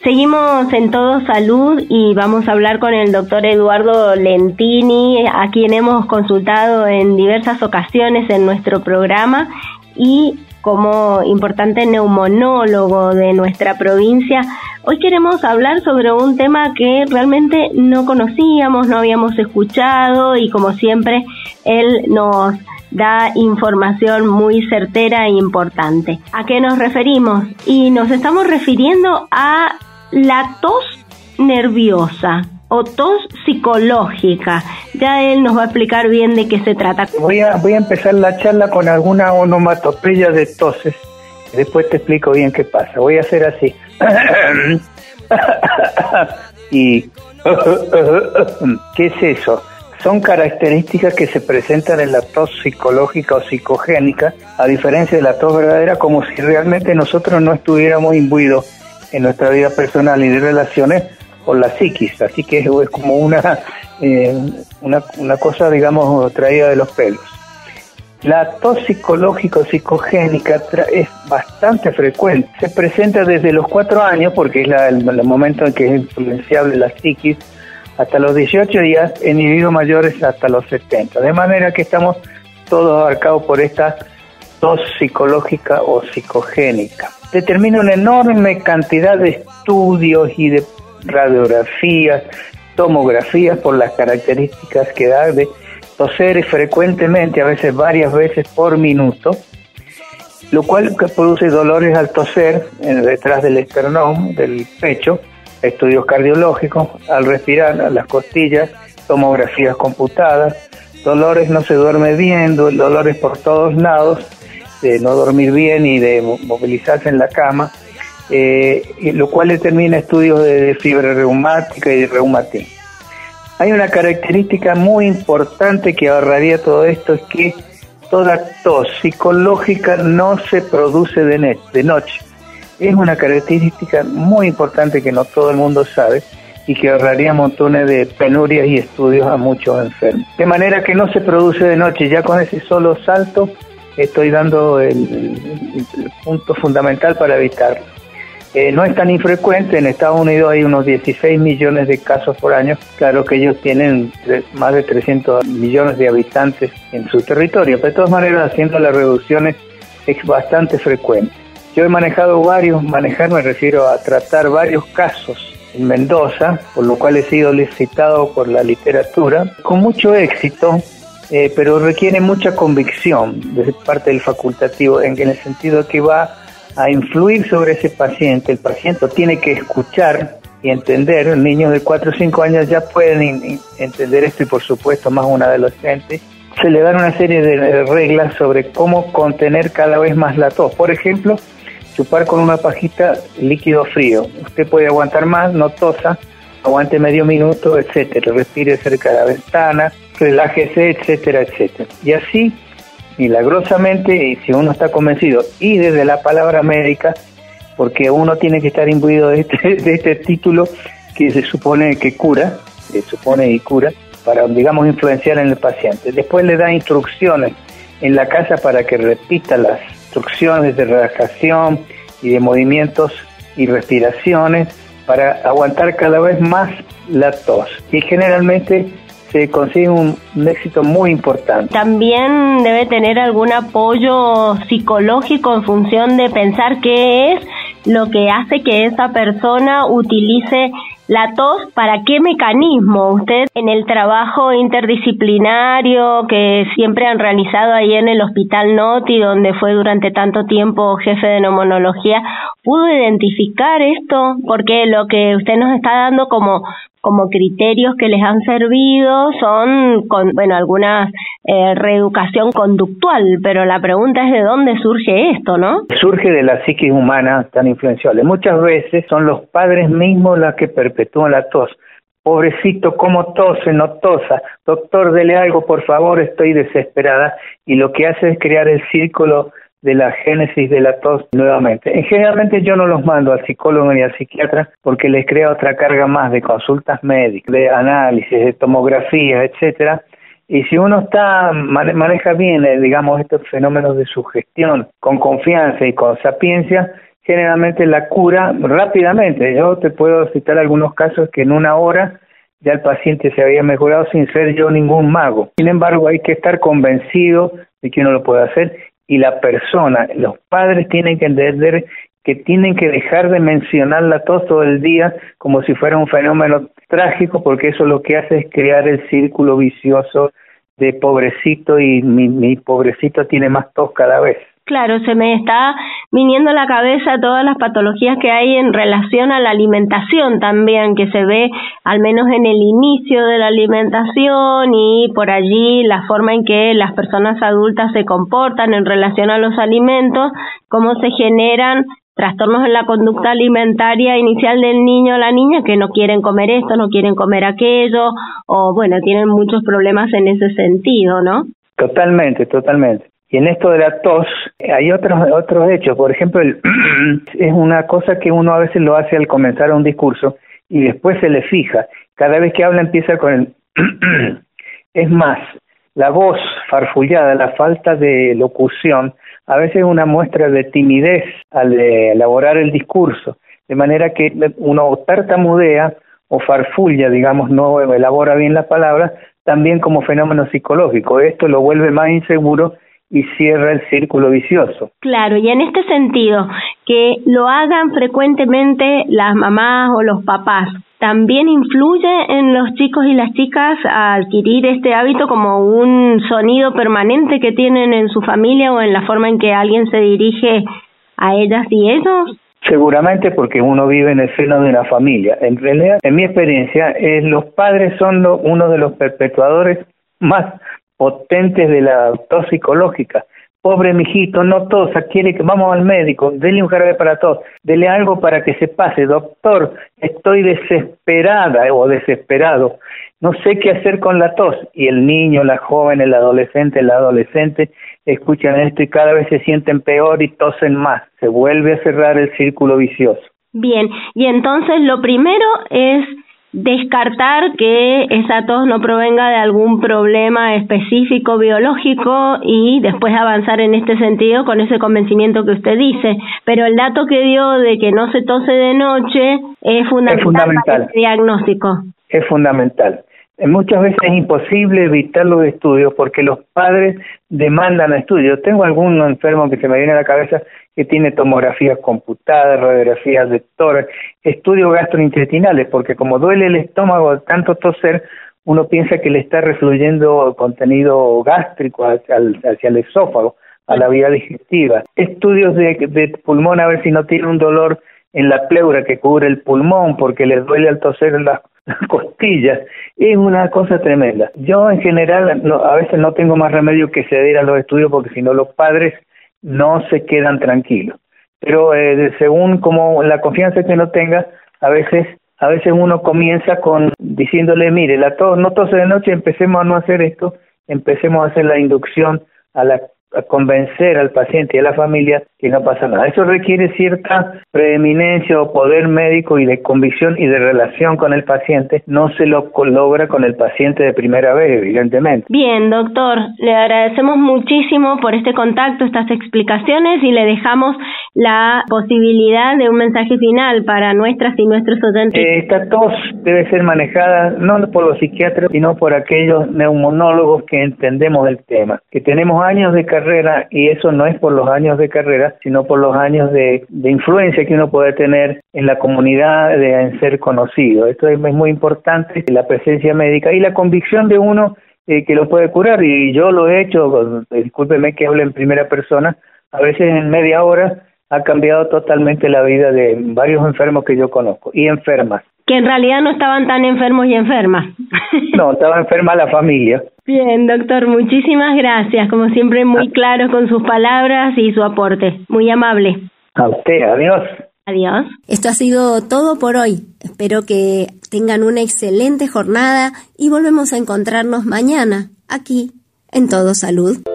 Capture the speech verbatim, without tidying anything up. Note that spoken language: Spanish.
Seguimos en Todo Salud y vamos a hablar con el doctor Eduardo Lentini, a quien hemos consultado en diversas ocasiones en nuestro programa y como importante neumonólogo de nuestra provincia. Hoy queremos hablar sobre un tema que realmente no conocíamos, no habíamos escuchado y como siempre él nos da información muy certera e importante. ¿A qué nos referimos? Y nos estamos refiriendo a la tos nerviosa o tos psicológica. Ya él nos va a explicar bien de qué se trata. Voy a, voy a empezar la charla con alguna onomatopeya de toses. Después te explico bien qué pasa. Voy a hacer así. y ¿qué es eso? Son características que se presentan en la tos psicológica o psicogénica, a diferencia de la tos verdadera, como si realmente nosotros no estuviéramos imbuidos en nuestra vida personal y de relaciones con la psiquis. Así que es como una, eh, una, una cosa, digamos, traída de los pelos. La tos psicológica o psicogénica es bastante frecuente. Se presenta desde los cuatro años, porque es la, el, el momento en que es influenciable la psiquis, hasta los dieciocho días, en individuos mayores hasta los setenta. De manera que estamos todos abarcados por esta tos psicológica o psicogénica. Determina una enorme cantidad de estudios y de radiografías, tomografías, por las características que da de toser frecuentemente, a veces varias veces por minuto, lo cual produce dolores al toser en, detrás del esternón, del pecho, estudios cardiológicos, al respirar, a las costillas, tomografías computadas, dolores, no se duerme bien, dolores por todos lados, de no dormir bien y de movilizarse en la cama, eh, lo cual determina estudios de, de fiebre reumática y de reumatismo. Hay una característica muy importante que ahorraría todo esto, es que toda tos psicológica no se produce de, ne- de noche. Es una característica muy importante que no todo el mundo sabe y que ahorraría montones de penurias y estudios a muchos enfermos. De manera que no se produce de noche. Ya con ese solo salto estoy dando el, el, el punto fundamental para evitarlo. Eh, no es tan infrecuente. En Estados Unidos hay unos dieciséis millones de casos por año. Claro que ellos tienen tres, más de trescientos millones de habitantes en su territorio, pero de todas maneras haciendo las reducciones es bastante frecuente. Yo he manejado varios, manejar me refiero a tratar varios casos en Mendoza, por lo cual he sido citado por la literatura, con mucho éxito, eh, pero requiere mucha convicción de parte del facultativo, en el sentido que va a influir sobre ese paciente. El paciente tiene que escuchar y entender. Niños de cuatro o cinco años ya pueden in- entender esto y por supuesto más un adolescente. Se le dan una serie de reglas sobre cómo contener cada vez más la tos. Por ejemplo, chupar con una pajita líquido frío. Usted puede aguantar más, no tosa, aguante medio minuto, etcétera. Respire cerca de la ventana, relájese, etcétera, etcétera. Y así, milagrosamente, y si uno está convencido, y desde la palabra médica, porque uno tiene que estar imbuido de este, de este título que se supone que cura, se supone y cura, para, digamos, influenciar en el paciente. Después le da instrucciones en la casa para que repita las instrucciones de relajación y de movimientos y respiraciones para aguantar cada vez más la tos. Y generalmente se consigue un, un éxito muy importante. También debe tener algún apoyo psicológico en función de pensar qué es lo que hace que esa persona utilice la tos, ¿para qué mecanismo? Usted en el trabajo interdisciplinario que siempre han realizado ahí en el Hospital Noti, donde fue durante tanto tiempo jefe de neumonología, ¿pudo identificar esto? Porque lo que usted nos está dando como como criterios que les han servido son, con, bueno, alguna eh, reeducación conductual, pero la pregunta es de dónde surge esto, ¿no? Surge de la psiquis humana tan influenciable. Muchas veces son los padres mismos los que perpetúan la tos. Pobrecito, ¿cómo tose? No tosa. Doctor, dele algo, por favor, estoy desesperada. Y lo que hace es crear el círculo de la génesis de la tos nuevamente. Generalmente yo no los mando al psicólogo ni al psiquiatra porque les crea otra carga más de consultas médicas, de análisis, de tomografías, etcétera. Y si uno está maneja bien, eh, digamos, estos fenómenos de sugestión con confianza y con sapiencia, generalmente la cura rápidamente. Yo te puedo citar algunos casos que en una hora ya el paciente se había mejorado sin ser yo ningún mago. Sin embargo, hay que estar convencido de que uno lo puede hacer, y la persona, los padres tienen que entender que tienen que dejar de mencionar la tos todo el día como si fuera un fenómeno trágico, porque eso lo que hace es crear el círculo vicioso de pobrecito, y mi, mi pobrecito tiene más tos cada vez. Claro, se me está viniendo a la cabeza todas las patologías que hay en relación a la alimentación también, que se ve al menos en el inicio de la alimentación, y por allí la forma en que las personas adultas se comportan en relación a los alimentos, cómo se generan trastornos en la conducta alimentaria inicial del niño o la niña, que no quieren comer esto, no quieren comer aquello, o bueno, tienen muchos problemas en ese sentido, ¿no? Totalmente, totalmente. Y en esto de la tos hay otros otros hechos. Por ejemplo, el es una cosa que uno a veces lo hace al comenzar un discurso y después se le fija. Cada vez que habla empieza con el es más, la voz farfullada, la falta de locución, a veces es una muestra de timidez al elaborar el discurso, de manera que uno tartamudea o farfulla, digamos, no elabora bien las palabras, también como fenómeno psicológico. Esto lo vuelve más inseguro y cierra el círculo vicioso. Claro, y en este sentido, que lo hagan frecuentemente las mamás o los papás, ¿también influye en los chicos y las chicas a adquirir este hábito como un sonido permanente que tienen en su familia o en la forma en que alguien se dirige a ellas y ellos? Seguramente, porque uno vive en el seno de una familia. En realidad, en mi experiencia, eh, los padres son lo, uno de los perpetuadores más potentes de la tos psicológica. Pobre mijito, no tosa, quiere que vamos al médico, dele un jarabe para tos, dele algo para que se pase. Doctor, estoy desesperada o desesperado, no sé qué hacer con la tos. Y el niño, la joven, el adolescente, el adolescente escuchan esto y cada vez se sienten peor y tosen más. Se vuelve a cerrar el círculo vicioso. Bien, y entonces lo primero es descartar que esa tos no provenga de algún problema específico biológico y después avanzar en este sentido con ese convencimiento que usted dice. Pero el dato que dio de que no se tose de noche es fundamental, es fundamental. para este diagnóstico. Es fundamental. Muchas veces es imposible evitar los estudios porque los padres demandan estudios. Tengo algún enfermo que se me viene a la cabeza que tiene tomografías computadas, radiografías de tórax, estudios gastrointestinales, porque como duele el estómago de tanto toser, uno piensa que le está refluyendo contenido gástrico hacia el, hacia el esófago, a la vía digestiva. Estudios de, de pulmón a ver si no tiene un dolor en la pleura que cubre el pulmón porque le duele al toser en las costillas. Es una cosa tremenda. Yo en general no, a veces no tengo más remedio que ceder a los estudios porque si no los padres no se quedan tranquilos. Pero eh, según como la confianza que uno tenga, a veces a veces uno comienza con diciéndole, mire, la tos, no tose de noche, empecemos a no hacer esto, empecemos a hacer la inducción a la a convencer al paciente y a la familia que no pasa nada. Eso requiere cierta preeminencia o poder médico y de convicción y de relación con el paciente. No se lo logra con el paciente de primera vez, evidentemente. Bien, doctor, le agradecemos muchísimo por este contacto, estas explicaciones, y le dejamos la posibilidad de un mensaje final para nuestras y nuestros oyentes. Eh, esta tos debe ser manejada no por los psiquiatras, sino por aquellos neumonólogos que entendemos el tema, que tenemos años de carrera, y eso no es por los años de carrera, sino por los años de, de influencia que uno puede tener en la comunidad, de en ser conocido. Esto es muy importante, la presencia médica y la convicción de uno eh, que lo puede curar, y yo lo he hecho, discúlpeme que hable en primera persona, a veces en media hora ha cambiado totalmente la vida de varios enfermos que yo conozco, y enfermas. Que en realidad no estaban tan enfermos y enfermas. No, estaba enferma la familia. Bien, doctor, muchísimas gracias. Como siempre, muy claro con sus palabras y su aporte. Muy amable. A usted, adiós. Adiós. Esto ha sido todo por hoy. Espero que tengan una excelente jornada y volvemos a encontrarnos mañana, aquí, en Todo Salud.